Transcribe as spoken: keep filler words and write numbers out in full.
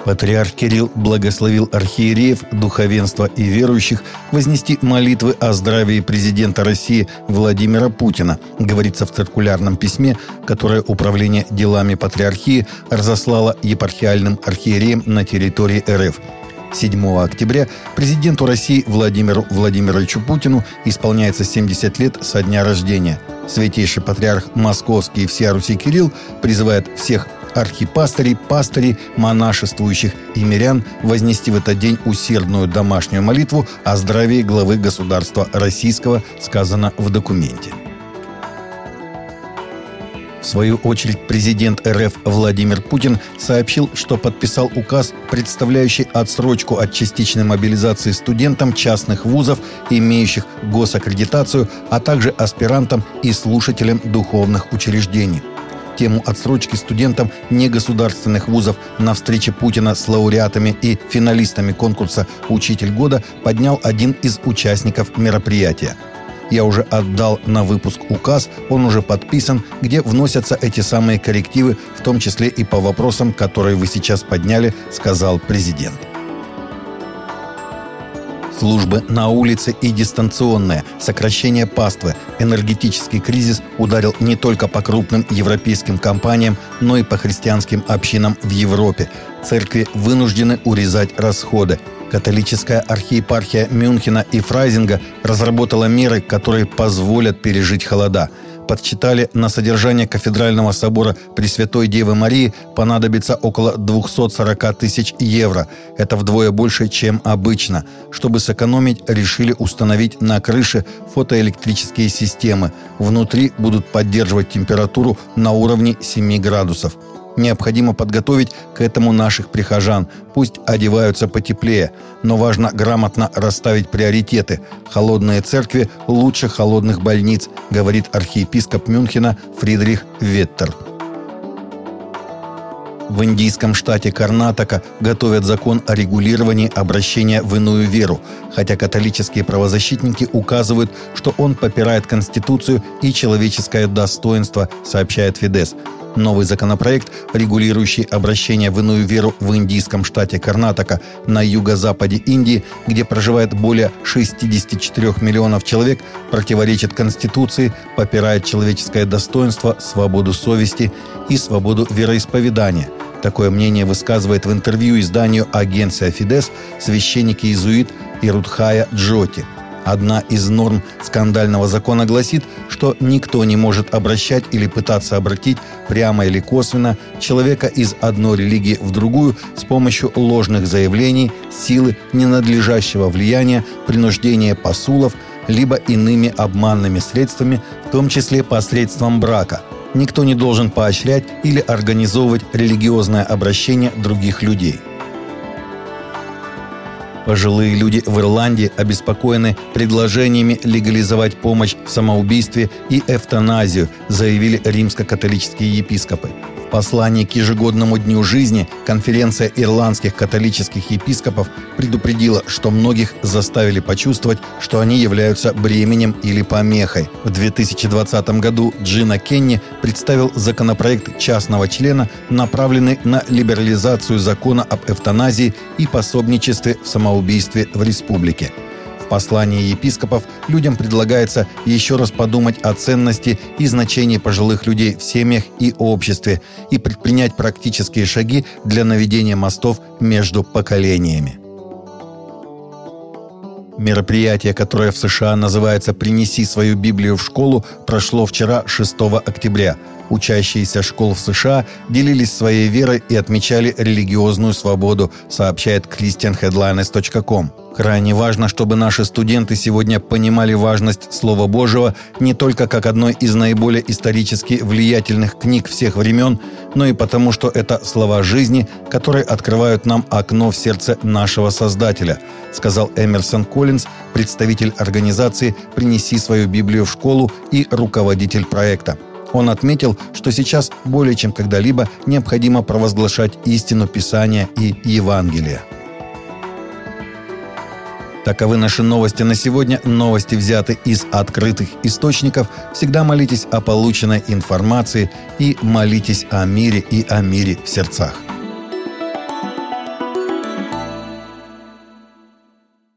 Патриарх Кирилл благословил архиереев, духовенство и верующих вознести молитвы о здравии президента России Владимира Путина, говорится в циркулярном письме, которое Управление делами Патриархии разослало епархиальным архиереям на территории эр эф. седьмого октября президенту России Владимиру Владимировичу Путину исполняется семьдесят лет со дня рождения. Святейший патриарх Московский и всея Руси Кирилл призывает всех архипастырей, пастырей, монашествующих и мирян вознести в этот день усердную домашнюю молитву о здравии главы государства российского, сказано в документе. В свою очередь, президент эр эф Владимир Путин сообщил, что подписал указ, представляющий отсрочку от частичной мобилизации студентам частных вузов, имеющих госаккредитацию, а также аспирантам и слушателям духовных учреждений. Тему отсрочки студентам негосударственных вузов на встрече Путина с лауреатами и финалистами конкурса «Учитель года» поднял один из участников мероприятия. «Я уже отдал на выпуск указ, он уже подписан, где вносятся эти самые коррективы, в том числе и по вопросам, которые вы сейчас подняли», — сказал президент. Службы на улице и дистанционное, сокращение паствы, энергетический кризис ударил не только по крупным европейским компаниям, но и по христианским общинам в Европе. Церкви вынуждены урезать расходы. Католическая архиепархия Мюнхена и Фрайзинга разработала меры, которые позволят пережить холода. Подсчитали, на содержание кафедрального собора Пресвятой Девы Марии понадобится около двести сорок тысяч евро. Это вдвое больше, чем обычно. Чтобы сэкономить, решили установить на крыше фотоэлектрические системы. Внутри будут поддерживать температуру на уровне семи градусов. Необходимо подготовить к этому наших прихожан. Пусть одеваются потеплее, но важно грамотно расставить приоритеты. Холодные церкви лучше холодных больниц, говорит архиепископ Мюнхена Фридрих Веттер. В индийском штате Карнатака готовят закон о регулировании обращения в иную веру, хотя католические правозащитники указывают, что он попирает Конституцию и человеческое достоинство, сообщает Фидес. Новый законопроект, регулирующий обращение в иную веру в индийском штате Карнатака на юго-западе Индии, где проживает более шестьдесят четыре миллионов человек, противоречит Конституции, попирает человеческое достоинство, свободу совести и свободу вероисповедания. Такое мнение высказывает в интервью изданию «Агенция Фидес» священник-иезуит Ирудхая Джоти. Одна из норм скандального закона гласит, что никто не может обращать или пытаться обратить прямо или косвенно человека из одной религии в другую с помощью ложных заявлений, силы, ненадлежащего влияния, принуждения посулов, либо иными обманными средствами, в том числе посредством брака. Никто не должен поощрять или организовывать религиозное обращение других людей. Пожилые люди в Ирландии обеспокоены предложениями легализовать помощь в самоубийстве и эвтаназию, заявили римско-католические епископы. В послании к ежегодному дню жизни конференция ирландских католических епископов предупредила, что многих заставили почувствовать, что они являются бременем или помехой. В две тысячи двадцатом году Джина Кенни представил законопроект частного члена, направленный на либерализацию закона об эвтаназии и пособничестве в самоубийстве в республике. В послании епископов людям предлагается еще раз подумать о ценности и значении пожилых людей в семьях и обществе и предпринять практические шаги для наведения мостов между поколениями. Мероприятие, которое в США называется «Принеси свою Библию в школу», прошло вчера, шестого октября. Учащиеся школ в США делились своей верой и отмечали религиозную свободу, сообщает кристиан хедлайнерс точка ком. Крайне важно, чтобы наши студенты сегодня понимали важность Слова Божьего не только как одной из наиболее исторически влиятельных книг всех времен, но и потому, что это слова жизни, которые открывают нам окно в сердце нашего Создателя, сказал Эмерсон Коллинз, представитель организации «Принеси свою Библию в школу» и руководитель проекта. Он отметил, что сейчас более чем когда-либо необходимо провозглашать истину Писания и Евангелия. Таковы наши новости на сегодня. Новости взяты из открытых источников. Всегда молитесь о полученной информации и молитесь о мире и о мире в сердцах.